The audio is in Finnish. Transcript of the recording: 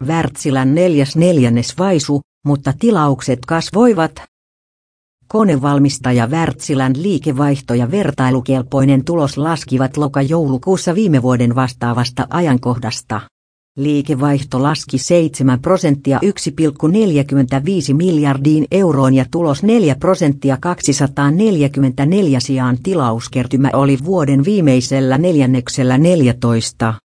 Wärtsilän neljäs neljännes vaisu, mutta tilaukset kasvoivat. Konevalmistaja Wärtsilän liikevaihto ja vertailukelpoinen tulos laskivat loka-joulukuussa viime vuoden vastaavasta ajankohdasta. Liikevaihto laski 7% 1,45 miljardiin euroon ja tulos 4% 244 sijaan tilauskertymä oli vuoden viimeisellä neljänneksellä 14